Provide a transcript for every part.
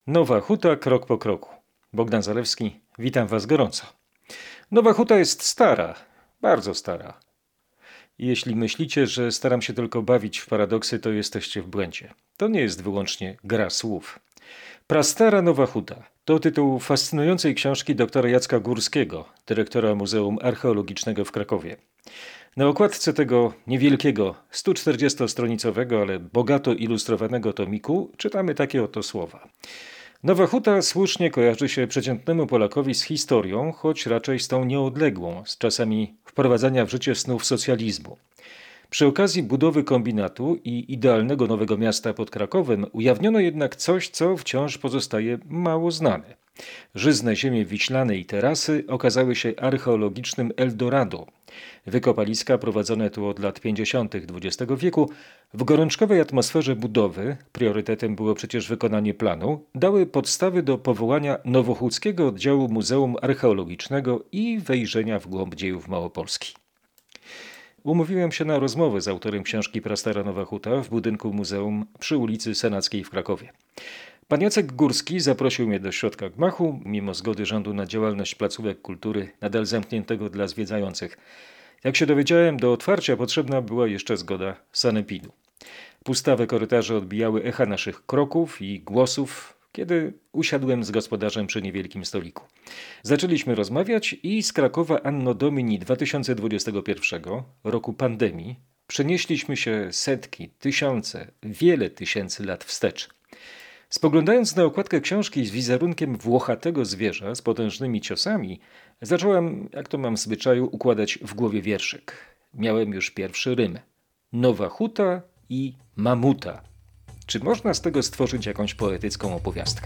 Nowa Huta krok po kroku. Bogdan Zalewski, witam Was gorąco. Nowa Huta jest stara, bardzo stara. I jeśli myślicie, że staram się tylko bawić w paradoksy, to jesteście w błędzie. To nie jest wyłącznie gra słów. Prastara Nowa Huta to tytuł fascynującej książki doktora Jacka Górskiego, dyrektora Muzeum Archeologicznego w Krakowie. Na okładce tego niewielkiego, 140-stronicowego, ale bogato ilustrowanego tomiku czytamy takie oto słowa. Nowa Huta słusznie kojarzy się przeciętnemu Polakowi z historią, choć raczej z tą nieodległą, z czasami wprowadzania w życie snów socjalizmu. Przy okazji budowy kombinatu i idealnego nowego miasta pod Krakowem ujawniono jednak coś, co wciąż pozostaje mało znane. Żyzne ziemie wiślane i terasy okazały się archeologicznym Eldorado. Wykopaliska prowadzone tu od lat 50. XX wieku w gorączkowej atmosferze budowy, priorytetem było przecież wykonanie planu, dały podstawy do powołania Nowochódzkiego Oddziału Muzeum Archeologicznego i wejrzenia w głąb dziejów Małopolski. Umówiłem się na rozmowę z autorem książki Prastara Nowa Huta w budynku muzeum przy ulicy Senackiej w Krakowie. Pan Jacek Górski zaprosił mnie do środka gmachu, mimo zgody rządu na działalność placówek kultury nadal zamkniętego dla zwiedzających. Jak się dowiedziałem, do otwarcia potrzebna była jeszcze zgoda sanepidu. Pustawe korytarze odbijały echa naszych kroków i głosów, kiedy usiadłem z gospodarzem przy niewielkim stoliku. Zaczęliśmy rozmawiać i z Krakowa Anno Domini 2021, roku pandemii, przenieśliśmy się setki, tysiące, wiele tysięcy lat wstecz. Spoglądając na okładkę książki z wizerunkiem włochatego zwierza z potężnymi ciosami, zacząłem, jak to mam w zwyczaju, układać w głowie wierszyk. Miałem już pierwszy rym. Nowa Huta i mamuta. Czy można z tego stworzyć jakąś poetycką opowiastkę?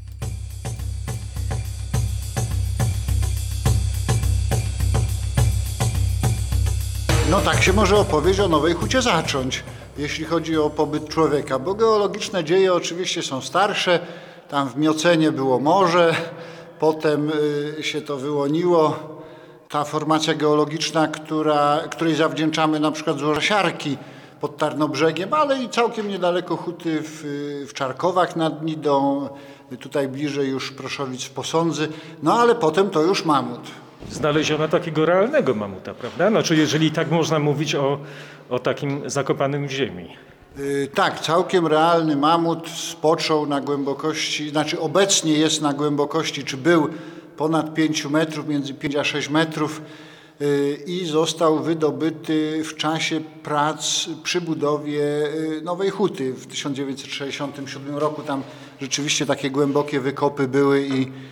No tak się może opowieść o Nowej Hucie zacząć, jeśli chodzi o pobyt człowieka, bo geologiczne dzieje oczywiście są starsze, tam w Miocenie było morze, potem się to wyłoniło. Ta formacja geologiczna, której zawdzięczamy na przykład złoża siarki pod Tarnobrzegiem, ale i całkiem niedaleko Huty w Czarkowach nad Nidą, tutaj bliżej już Proszowic w Posądzy, no ale potem to już mamut. Znaleziono takiego realnego mamuta, prawda? Znaczy, jeżeli tak można mówić o takim zakopanym w ziemi. Tak, całkiem realny mamut spoczął na głębokości, znaczy obecnie jest na głębokości, czy był ponad 5 metrów, między 5 a 6 metrów i został wydobyty w czasie prac przy budowie Nowej Huty w 1967 roku. Tam rzeczywiście takie głębokie wykopy były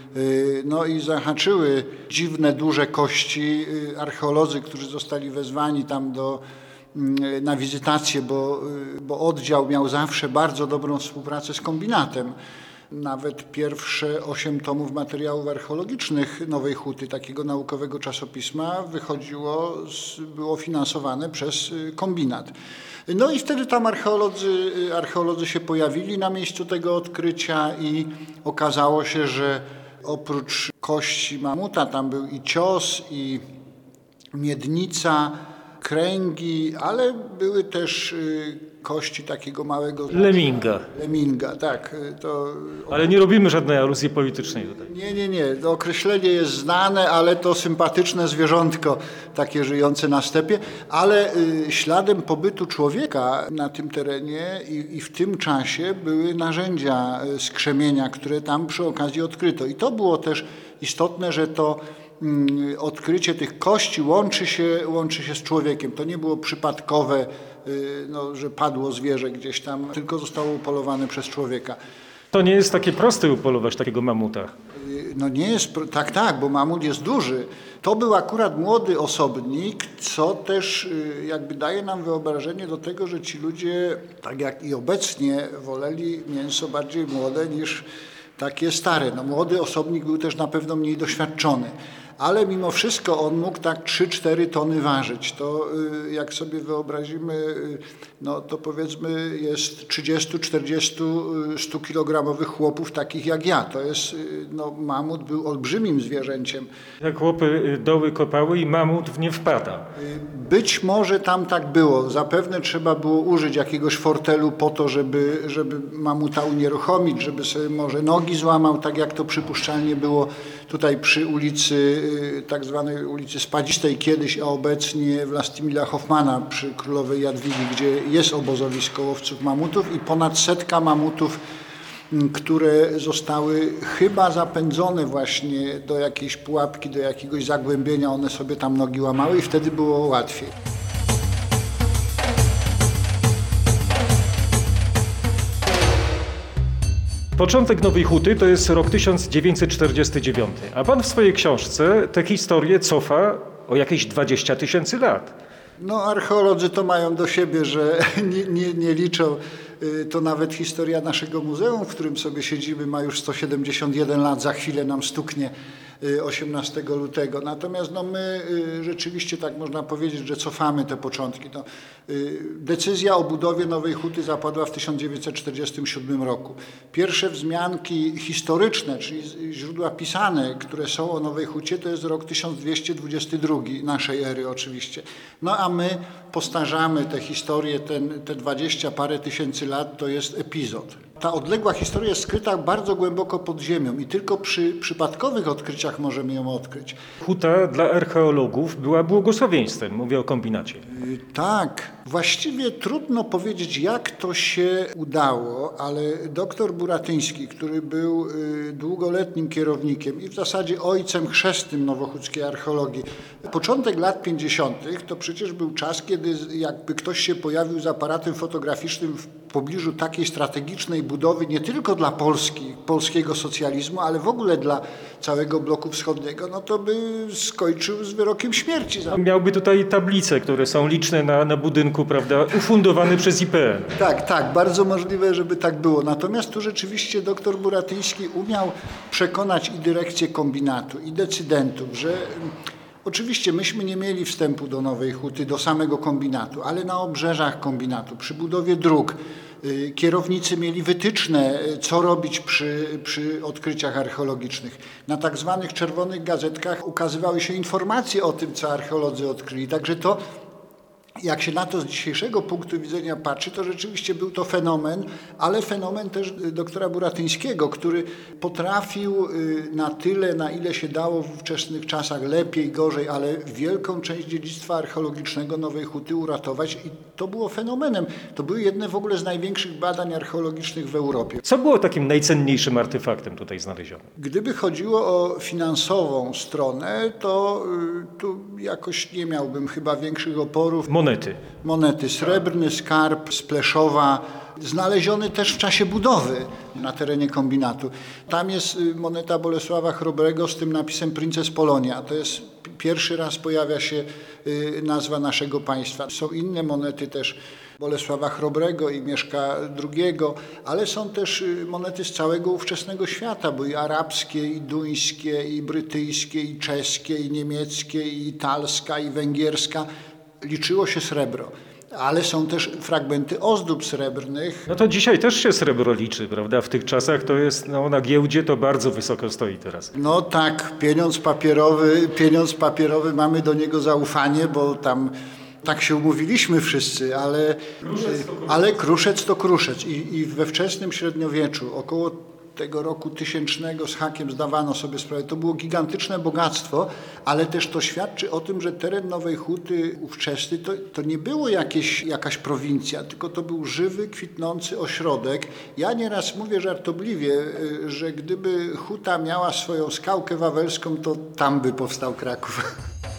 i zahaczyły dziwne, duże kości. Archeolodzy, którzy zostali wezwani tam na wizytację, bo oddział miał zawsze bardzo dobrą współpracę z kombinatem. Nawet pierwsze 8 tomów materiałów archeologicznych Nowej Huty, takiego naukowego czasopisma, było finansowane przez kombinat. No i wtedy tam archeolodzy się pojawili na miejscu tego odkrycia i okazało się, że oprócz kości mamuta tam był i cios, i miednica, kręgi, ale były też kości takiego małego... Leminga, tak. Ale nie robimy żadnej aluzji politycznej tutaj. Nie. To określenie jest znane, ale to sympatyczne zwierzątko, takie żyjące na stepie, ale śladem pobytu człowieka na tym terenie i w tym czasie były narzędzia skrzemienia, które tam przy okazji odkryto. I to było też istotne, że to odkrycie tych kości łączy się z człowiekiem. To nie było przypadkowe, że padło zwierzę gdzieś tam, tylko zostało upolowane przez człowieka. To nie jest takie proste upolować takiego mamuta. No nie jest, tak, bo mamut jest duży. To był akurat młody osobnik, co też jakby daje nam wyobrażenie do tego, że ci ludzie, tak jak i obecnie, woleli mięso bardziej młode niż takie stare. No, młody osobnik był też na pewno mniej doświadczony. ale mimo wszystko on mógł tak 3-4 tony ważyć. To jak sobie wyobrazimy, no to powiedzmy jest 30-40 100-kilogramowych chłopów takich jak ja. To jest, no mamut był olbrzymim zwierzęciem. Jak chłopy doły kopały i mamut w nie wpada. Być może tam tak było. Zapewne trzeba było użyć jakiegoś fortelu po to, żeby mamuta unieruchomić, żeby sobie może nogi złamał, tak jak to przypuszczalnie było tutaj przy ulicy, tak zwanej ulicy Spadzistej kiedyś, a obecnie Vlastimila Hoffmana przy Królowej Jadwigi, gdzie jest obozowisko łowców mamutów i ponad 100 mamutów, które zostały chyba zapędzone właśnie do jakiejś pułapki, do jakiegoś zagłębienia, one sobie tam nogi łamały i wtedy było łatwiej. Początek Nowej Huty to jest rok 1949, a pan w swojej książce tę historię cofa o jakieś 20 000 lat. No archeolodzy to mają do siebie, że nie liczą. To nawet historia naszego muzeum, w którym sobie siedzimy, ma już 171 lat, za chwilę nam stuknie 18 lutego. Natomiast no, my rzeczywiście, tak można powiedzieć, że cofamy te początki. No, decyzja o budowie Nowej Huty zapadła w 1947 roku. Pierwsze wzmianki historyczne, czyli źródła pisane, które są o Nowej Hucie, to jest rok 1222 naszej ery oczywiście. No a my postarzamy tę historię, te 20 parę tysięcy lat to jest epizod. Ta odległa historia jest skryta bardzo głęboko pod ziemią i tylko przy przypadkowych odkryciach możemy ją odkryć. Huta dla archeologów była błogosławieństwem, mówię o kombinacie. Tak, właściwie trudno powiedzieć, jak to się udało, ale doktor Buratyński, który był długoletnim kierownikiem i w zasadzie ojcem chrzestnym nowochódzkiej archeologii, początek lat 50. to przecież był czas, kiedy jakby ktoś się pojawił z aparatem fotograficznym w pobliżu takiej strategicznej budowy nie tylko dla Polski, polskiego socjalizmu, ale w ogóle dla całego bloku wschodniego, no to by skończył z wyrokiem śmierci. Miałby tutaj tablice, które są liczne na budynku, prawda, ufundowane przez IPN. Tak, bardzo możliwe, żeby tak było. Natomiast tu rzeczywiście doktor Buratyński umiał przekonać i dyrekcję kombinatu, i decydentów, że oczywiście myśmy nie mieli wstępu do Nowej Huty, do samego kombinatu, ale na obrzeżach kombinatu, przy budowie dróg, kierownicy mieli wytyczne, co robić przy odkryciach archeologicznych. Na tak zwanych czerwonych gazetkach ukazywały się informacje o tym, co archeolodzy odkryli. Także to, jak się na to z dzisiejszego punktu widzenia patrzy, to rzeczywiście był to fenomen, ale fenomen też doktora Buratyńskiego, który potrafił na tyle, na ile się dało w ówczesnych czasach, lepiej, gorzej, ale wielką część dziedzictwa archeologicznego Nowej Huty uratować i to było fenomenem. To były jedne w ogóle z największych badań archeologicznych w Europie. Co było takim najcenniejszym artefaktem tutaj znalezionym? Gdyby chodziło o finansową stronę, to tu jakoś nie miałbym chyba większych oporów. Monety. Srebrny skarb z Pleszowa, znaleziony też w czasie budowy na terenie kombinatu. Tam jest moneta Bolesława Chrobrego z tym napisem Princes Polonia. To jest pierwszy raz pojawia się nazwa naszego państwa. Są inne monety też Bolesława Chrobrego i Mieszka II, ale są też monety z całego ówczesnego świata, bo i arabskie, i duńskie, i brytyjskie, i czeskie, i niemieckie, i italska, i węgierska. Liczyło się srebro, ale są też fragmenty ozdób srebrnych. No to dzisiaj też się srebro liczy, prawda? W tych czasach to jest, na giełdzie to bardzo wysoko stoi teraz. No tak, pieniądz papierowy, mamy do niego zaufanie, bo tam tak się umówiliśmy wszyscy, ale kruszec to kruszec. I we wczesnym średniowieczu, około tego roku 1000 z hakiem zdawano sobie sprawę. To było gigantyczne bogactwo, ale też to świadczy o tym, że teren Nowej Huty ówczesny to nie było jakaś prowincja, tylko to był żywy, kwitnący ośrodek. Ja nieraz mówię żartobliwie, że gdyby Huta miała swoją skałkę wawelską, to tam by powstał Kraków.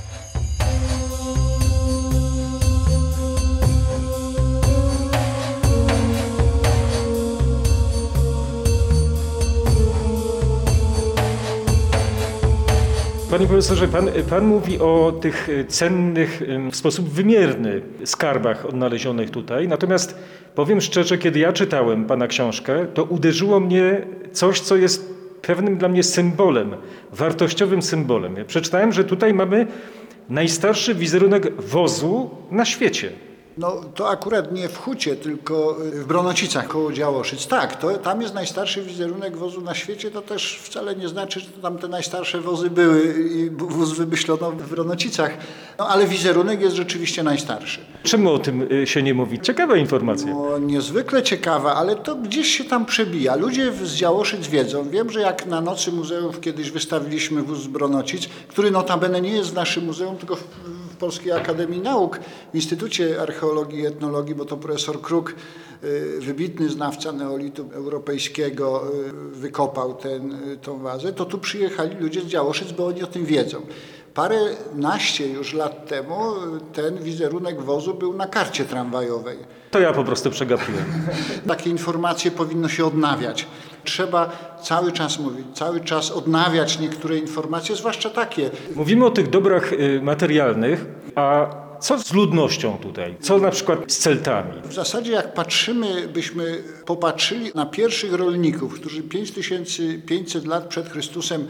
Panie profesorze, pan mówi o tych cennych w sposób wymierny skarbach odnalezionych tutaj, natomiast powiem szczerze, kiedy ja czytałem pana książkę, to uderzyło mnie coś, co jest pewnym dla mnie symbolem, wartościowym symbolem. Ja przeczytałem, że tutaj mamy najstarszy wizerunek wozu na świecie. No to akurat nie w Hucie, tylko w Bronocicach koło Działoszyc. Tak, tam jest najstarszy wizerunek wozu na świecie, to też wcale nie znaczy, że tam te najstarsze wozy były i wóz wymyślono w Bronocicach, no ale wizerunek jest rzeczywiście najstarszy. Czemu o tym się nie mówi? Ciekawa informacja. No, niezwykle ciekawa, ale to gdzieś się tam przebija. Ludzie z Działoszyc wiedzą. Wiem, że jak na Nocy Muzeów kiedyś wystawiliśmy wóz z Bronocic, który notabene nie jest w naszym muzeum, tylko w Polskiej Akademii Nauk, w Instytucie Archeologii i Etnologii, bo to profesor Kruk, wybitny znawca neolitu europejskiego, wykopał tą wazę, to tu przyjechali ludzie z Działoszyc, bo oni o tym wiedzą. Paręnaście już lat temu ten wizerunek wozu był na karcie tramwajowej. To ja po prostu przegapiłem. Takie informacje powinno się odnawiać. Trzeba cały czas mówić, cały czas odnawiać niektóre informacje, zwłaszcza takie. Mówimy o tych dobrach materialnych, a co z ludnością tutaj? Co na przykład z Celtami? W zasadzie jak byśmy popatrzyli na pierwszych rolników, którzy 5500 lat przed Chrystusem,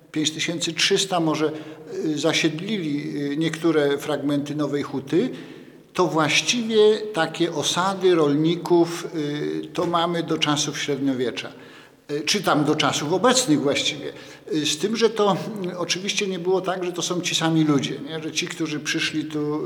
5300 może zasiedlili niektóre fragmenty Nowej Huty, to właściwie takie osady rolników to mamy do czasów średniowiecza, czy tam do czasów obecnych właściwie. Z tym, że to oczywiście nie było tak, że to są ci sami ludzie, nie? Że ci, którzy przyszli tu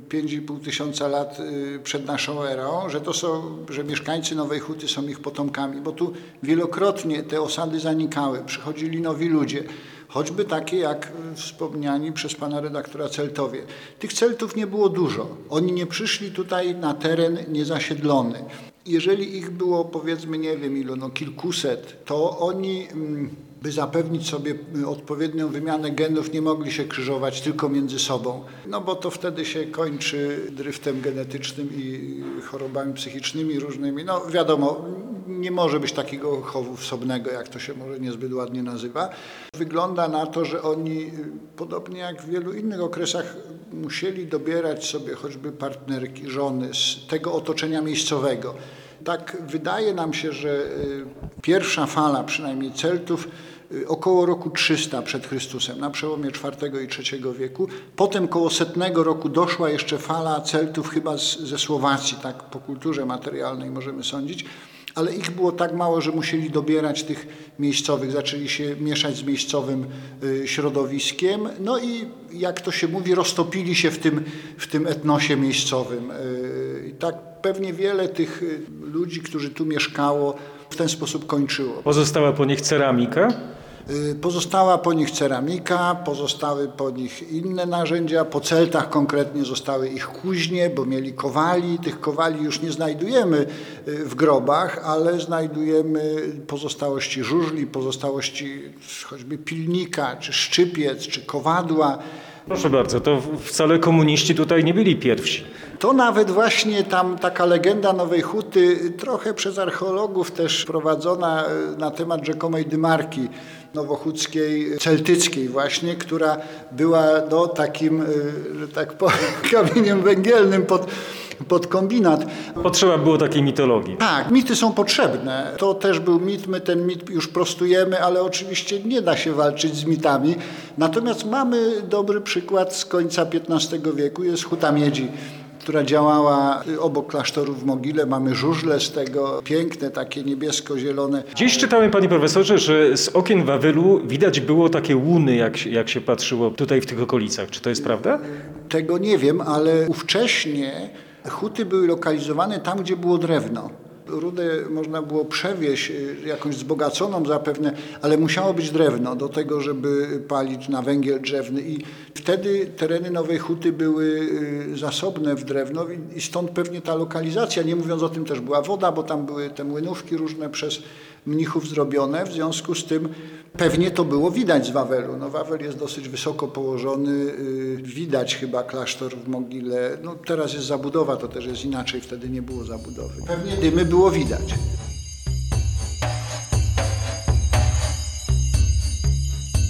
5,5 tysiąca lat przed naszą erą, że mieszkańcy Nowej Huty są ich potomkami, bo tu wielokrotnie te osady zanikały, przychodzili nowi ludzie. Choćby takie jak wspomniani przez pana redaktora Celtowie. Tych Celtów nie było dużo. Oni nie przyszli tutaj na teren niezasiedlony. Jeżeli ich było, powiedzmy, nie wiem ilu, kilkuset, to oni, by zapewnić sobie odpowiednią wymianę genów, nie mogli się krzyżować tylko między sobą. No bo to wtedy się kończy dryftem genetycznym i chorobami psychicznymi różnymi. No wiadomo, nie może być takiego chowu wsobnego, jak to się może niezbyt ładnie nazywa. Wygląda na to, że oni, podobnie jak w wielu innych okresach, musieli dobierać sobie choćby partnerki, żony z tego otoczenia miejscowego. Tak wydaje nam się, że pierwsza fala przynajmniej Celtów około roku 300 przed Chrystusem, na przełomie IV i III wieku. Potem koło 100 roku doszła jeszcze fala Celtów chyba ze Słowacji, tak po kulturze materialnej możemy sądzić. Ale ich było tak mało, że musieli dobierać tych miejscowych, zaczęli się mieszać z miejscowym środowiskiem. No i jak to się mówi, roztopili się w tym etnosie miejscowym. I tak pewnie wiele tych ludzi, którzy tu mieszkało, w ten sposób kończyło. Pozostała po nich ceramika? Pozostała po nich ceramika, pozostały po nich inne narzędzia. Po Celtach konkretnie zostały ich kuźnie, bo mieli kowali. Tych kowali już nie znajdujemy w grobach, ale znajdujemy pozostałości żużli, pozostałości choćby pilnika, czy szczypiec, czy kowadła. Proszę bardzo, to wcale komuniści tutaj nie byli pierwsi. To nawet właśnie tam taka legenda Nowej Huty, trochę przez archeologów też prowadzona na temat rzekomej dymarki nowochódzkiej, celtyckiej właśnie, która była takim, że tak powiem, kamieniem węgielnym pod kombinat. Potrzeba było takiej mitologii. Tak, mity są potrzebne. To też był mit, my ten mit już prostujemy, ale oczywiście nie da się walczyć z mitami. Natomiast mamy dobry przykład z końca XV wieku, jest Huta Miedzi, która działała obok klasztoru w Mogile. Mamy żużle z tego, piękne, takie niebiesko-zielone. Dziś czytałem, panie profesorze, że z okien Wawelu widać było takie łuny, jak się patrzyło tutaj w tych okolicach. Czy to jest prawda? Tego nie wiem, ale ówcześnie huty były lokalizowane tam, gdzie było drewno. Rudę można było przewieźć, jakąś wzbogaconą zapewne, ale musiało być drewno do tego, żeby palić na węgiel drzewny. I wtedy tereny Nowej Huty były zasobne w drewno i stąd pewnie ta lokalizacja, nie mówiąc o tym też była woda, bo tam były te młynówki różne przez mnichów zrobione, w związku z tym pewnie to było widać z Wawelu. No, Wawel jest dosyć wysoko położony, widać chyba klasztor w Mogile. No, teraz jest zabudowa, to też jest inaczej, wtedy nie było zabudowy. Pewnie dymy było widać.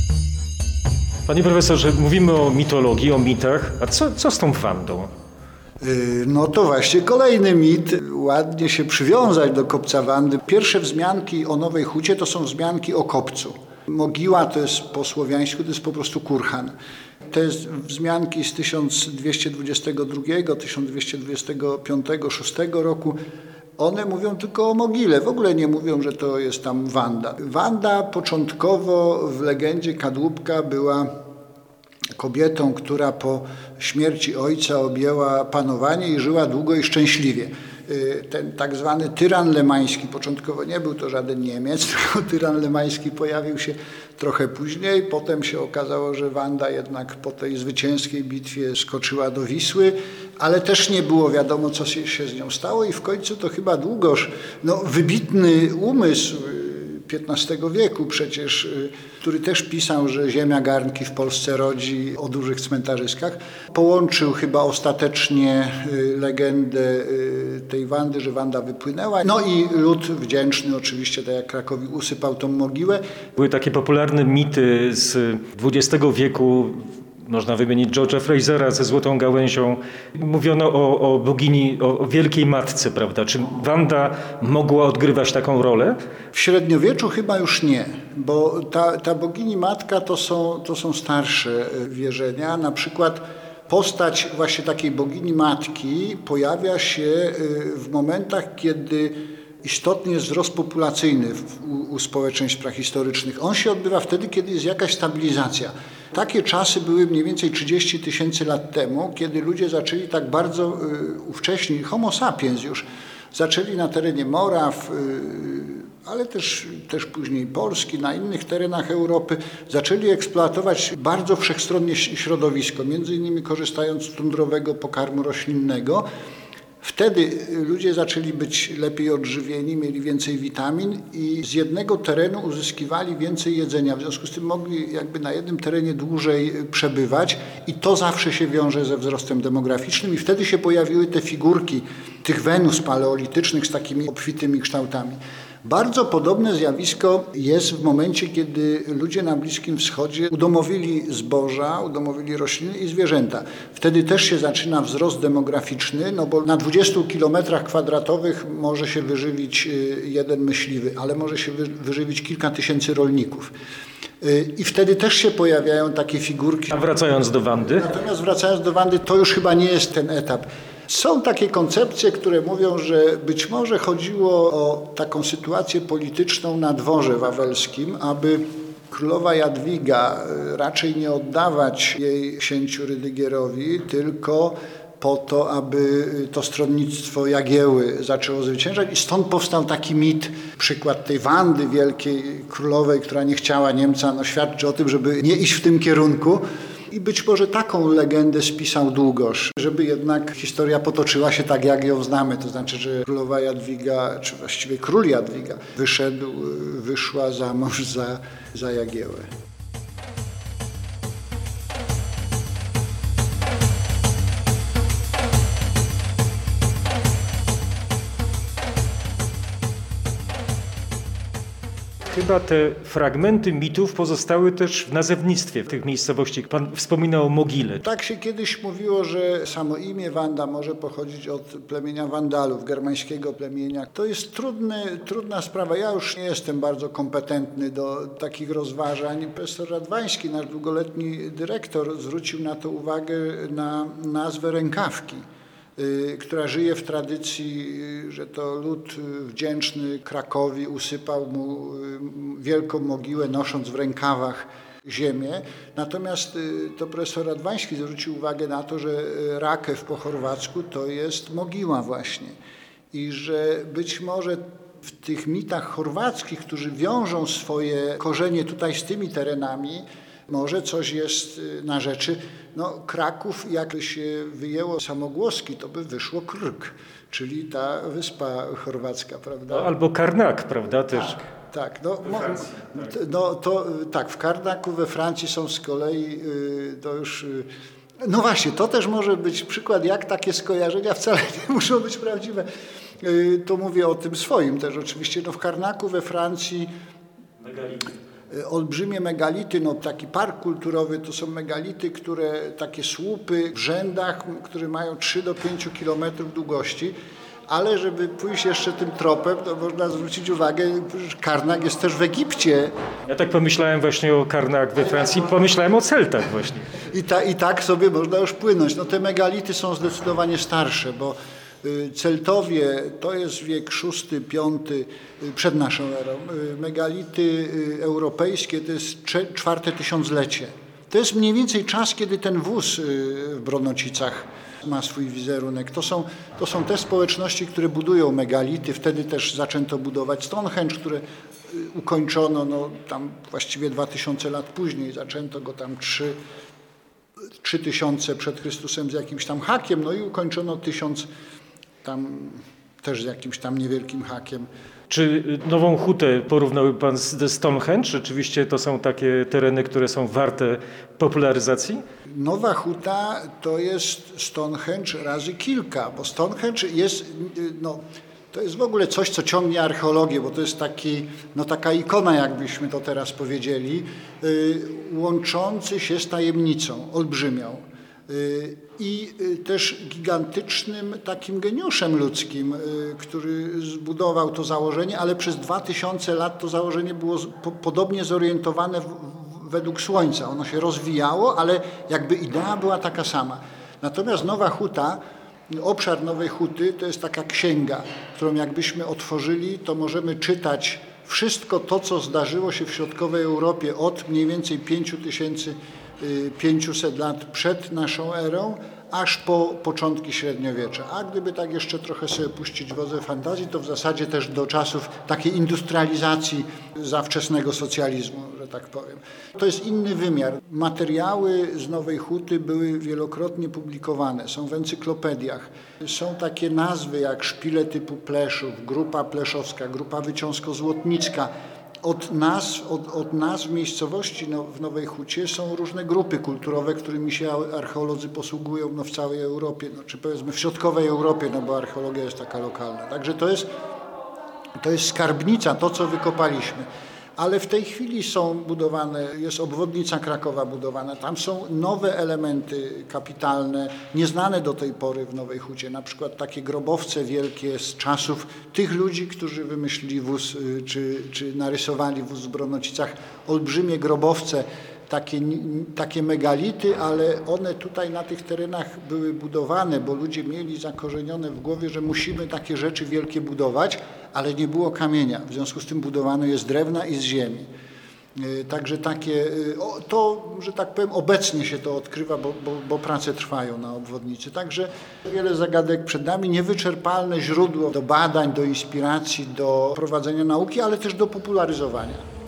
Panie profesorze, mówimy o mitologii, o mitach, a co z tą Wandą? No to właśnie kolejny mit, ładnie się przywiązać do kopca Wandy. Pierwsze wzmianki o Nowej Hucie to są wzmianki o kopcu. Mogiła to jest po słowiańsku, to jest po prostu kurhan. Te wzmianki z 1222, 1225, 6 roku, one mówią tylko o mogile, w ogóle nie mówią, że to jest tam Wanda. Wanda początkowo w legendzie Kadłubka była kobietą, która po śmierci ojca objęła panowanie i żyła długo i szczęśliwie. Ten tak zwany tyran lemański, początkowo nie był to żaden Niemiec, tylko tyran lemański pojawił się trochę później. Potem się okazało, że Wanda jednak po tej zwycięskiej bitwie skoczyła do Wisły, ale też nie było wiadomo, co się z nią stało i w końcu to chyba Długosz, wybitny umysł XV wieku przecież, który też pisał, że ziemia garnki w Polsce rodzi o dużych cmentarzyskach. Połączył chyba ostatecznie legendę tej Wandy, że Wanda wypłynęła. No i lud wdzięczny oczywiście, tak jak Krakowi, usypał tą mogiłę. Były takie popularne mity z XX wieku. Można wymienić George'a Frasera ze Złotą Gałęzią. Mówiono o bogini, o Wielkiej Matce, prawda? Czy Wanda mogła odgrywać taką rolę? W średniowieczu chyba już nie, bo ta bogini matka to są starsze wierzenia. Na przykład postać właśnie takiej bogini matki pojawia się w momentach, kiedy istotny jest wzrost populacyjny u społeczeństw prahistorycznych. On się odbywa wtedy, kiedy jest jakaś stabilizacja. Takie czasy były mniej więcej 30 000 lat temu, kiedy ludzie zaczęli tak bardzo ówcześni, homo sapiens już, zaczęli na terenie Moraw, ale też później Polski, na innych terenach Europy, zaczęli eksploatować bardzo wszechstronnie środowisko, między innymi korzystając z tundrowego pokarmu roślinnego. Wtedy ludzie zaczęli być lepiej odżywieni, mieli więcej witamin i z jednego terenu uzyskiwali więcej jedzenia. W związku z tym mogli jakby na jednym terenie dłużej przebywać i to zawsze się wiąże ze wzrostem demograficznym i wtedy się pojawiły te figurki tych Wenus paleolitycznych z takimi obfitymi kształtami. Bardzo podobne zjawisko jest w momencie, kiedy ludzie na Bliskim Wschodzie udomowili zboża, udomowili rośliny i zwierzęta. Wtedy też się zaczyna wzrost demograficzny, no bo na 20 kilometrach kwadratowych może się wyżywić jeden myśliwy, ale może się wyżywić kilka tysięcy rolników. I wtedy też się pojawiają takie figurki. A wracając do Wandy? Natomiast wracając do Wandy, to już chyba nie jest ten etap. Są takie koncepcje, które mówią, że być może chodziło o taką sytuację polityczną na dworze wawelskim, aby królowa Jadwiga raczej nie oddawać jej księciu Rydygierowi, tylko po to, aby to stronnictwo Jagieły zaczęło zwyciężać i stąd powstał taki mit, przykład tej Wandy wielkiej królowej, która nie chciała Niemca, świadczy o tym, żeby nie iść w tym kierunku. I być może taką legendę spisał Długosz, żeby jednak historia potoczyła się tak, jak ją znamy. To znaczy, że królowa Jadwiga, czy właściwie król Jadwiga wyszła za mąż za Jagiełę. Chyba te fragmenty mitów pozostały też w nazewnictwie tych miejscowości. Pan wspominał o mogile. Tak się kiedyś mówiło, że samo imię Wanda może pochodzić od plemienia Wandalów, germańskiego plemienia. To jest trudna sprawa. Ja już nie jestem bardzo kompetentny do takich rozważań. Profesor Radwański, nasz długoletni dyrektor, zwrócił na to uwagę na nazwę rękawki, która żyje w tradycji, że to lud wdzięczny Krakowi usypał mu wielką mogiłę, nosząc w rękawach ziemię. Natomiast to profesor Radwański zwrócił uwagę na to, że Rakew po chorwacku to jest mogiła właśnie i że być może w tych mitach chorwackich, którzy wiążą swoje korzenie tutaj z tymi terenami, może coś jest na rzeczy. Kraków, jakby się wyjęło samogłoski, to by wyszło Krk, czyli ta wyspa chorwacka, prawda? Albo Karnak, prawda, też. Tak. W Karnaku we Francji są z kolei to już... No właśnie, to też może być przykład, jak takie skojarzenia wcale nie muszą być prawdziwe. To mówię o tym swoim też oczywiście. W Karnaku we Francji olbrzymie megality, no taki park kulturowy to są megality, takie słupy w rzędach, które mają 3 do 5 kilometrów długości. Ale żeby pójść jeszcze tym tropem, to można zwrócić uwagę, że Karnak jest też w Egipcie. Ja tak pomyślałem właśnie o Karnak we Francji, pomyślałem o Celtach właśnie. I tak sobie można już płynąć. No te megality są zdecydowanie starsze, bo Celtowie to jest wiek VI-V przed naszą erą. Megality europejskie to jest czwarte tysiąclecie. To jest mniej więcej czas, kiedy ten wóz w Bronocicach ma swój wizerunek. To są te społeczności, które budują megality. Wtedy też zaczęto budować Stonehenge, które ukończono tam właściwie 2000 lat później. Zaczęto go tam 3000 przed Chrystusem z jakimś tam hakiem, no i ukończono 1000 tam też z jakimś tam niewielkim hakiem. Czy Nową Hutę porównałby pan ze Stonehenge? Rzeczywiście to są takie tereny, które są warte popularyzacji? Nowa Huta to jest Stonehenge razy kilka, bo Stonehenge jest, to jest w ogóle coś, co ciągnie archeologię, bo to jest taka ikona, jakbyśmy to teraz powiedzieli, łączący się z tajemnicą olbrzymią. I też gigantycznym takim geniuszem ludzkim, który zbudował to założenie, ale przez 2000 lat to założenie było podobnie zorientowane według Słońca. Ono się rozwijało, ale jakby idea była taka sama. Natomiast Nowa Huta, obszar Nowej Huty to jest taka księga, którą jakbyśmy otworzyli, to możemy czytać wszystko to, co zdarzyło się w środkowej Europie od mniej więcej 5500 lat przed naszą erą, aż po początki średniowiecza. A gdyby tak jeszcze trochę sobie puścić wodze fantazji, to w zasadzie też do czasów takiej industrializacji za wczesnego socjalizmu, że tak powiem. To jest inny wymiar. Materiały z Nowej Huty były wielokrotnie publikowane, są w encyklopediach. Są takie nazwy jak szpile typu Pleszów, Grupa Pleszowska, Grupa Wyciąsko-Złotnicka. Od nazw miejscowości w Nowej Hucie są różne grupy kulturowe, którymi się archeolodzy posługują w całej Europie, czy powiedzmy w środkowej Europie, bo archeologia jest taka lokalna. Także to jest skarbnica, to co wykopaliśmy. Ale w tej chwili są budowane, jest obwodnica Krakowa budowana, tam są nowe elementy kapitalne, nieznane do tej pory w Nowej Hucie, na przykład takie grobowce wielkie z czasów tych ludzi, którzy wymyślili wóz, czy narysowali wóz w Bronocicach, olbrzymie grobowce, takie megality, ale one tutaj na tych terenach były budowane, bo ludzie mieli zakorzenione w głowie, że musimy takie rzeczy wielkie budować, ale nie było kamienia. W związku z tym budowano je z drewna i z ziemi. Także że tak powiem, obecnie się to odkrywa, bo prace trwają na obwodnicy. Także wiele zagadek przed nami, niewyczerpalne źródło do badań, do inspiracji, do prowadzenia nauki, ale też do popularyzowania.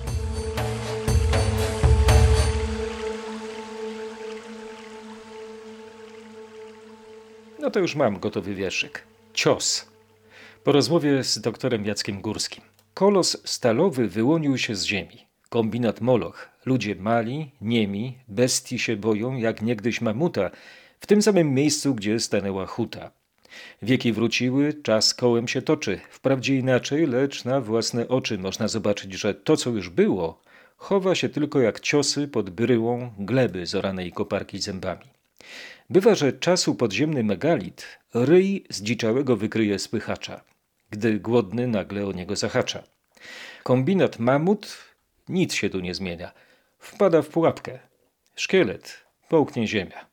No to już mam gotowy wierszyk. Cios. Po rozmowie z doktorem Jackiem Górskim. Kolos stalowy wyłonił się z ziemi. Kombinat Moloch. Ludzie mali, niemi, bestii się boją, jak niegdyś mamuta, w tym samym miejscu, gdzie stanęła huta. Wieki wróciły, czas kołem się toczy. Wprawdzie inaczej, lecz na własne oczy można zobaczyć, że to, co już było, chowa się tylko jak ciosy pod bryłą gleby zoranej koparki zębami. Bywa, że czasu podziemny megalit ryj zdziczałego wykryje spychacza, gdy głodny nagle o niego zahacza. Kombinat mamut, nic się tu nie zmienia. Wpada w pułapkę. Szkielet, połknie ziemia.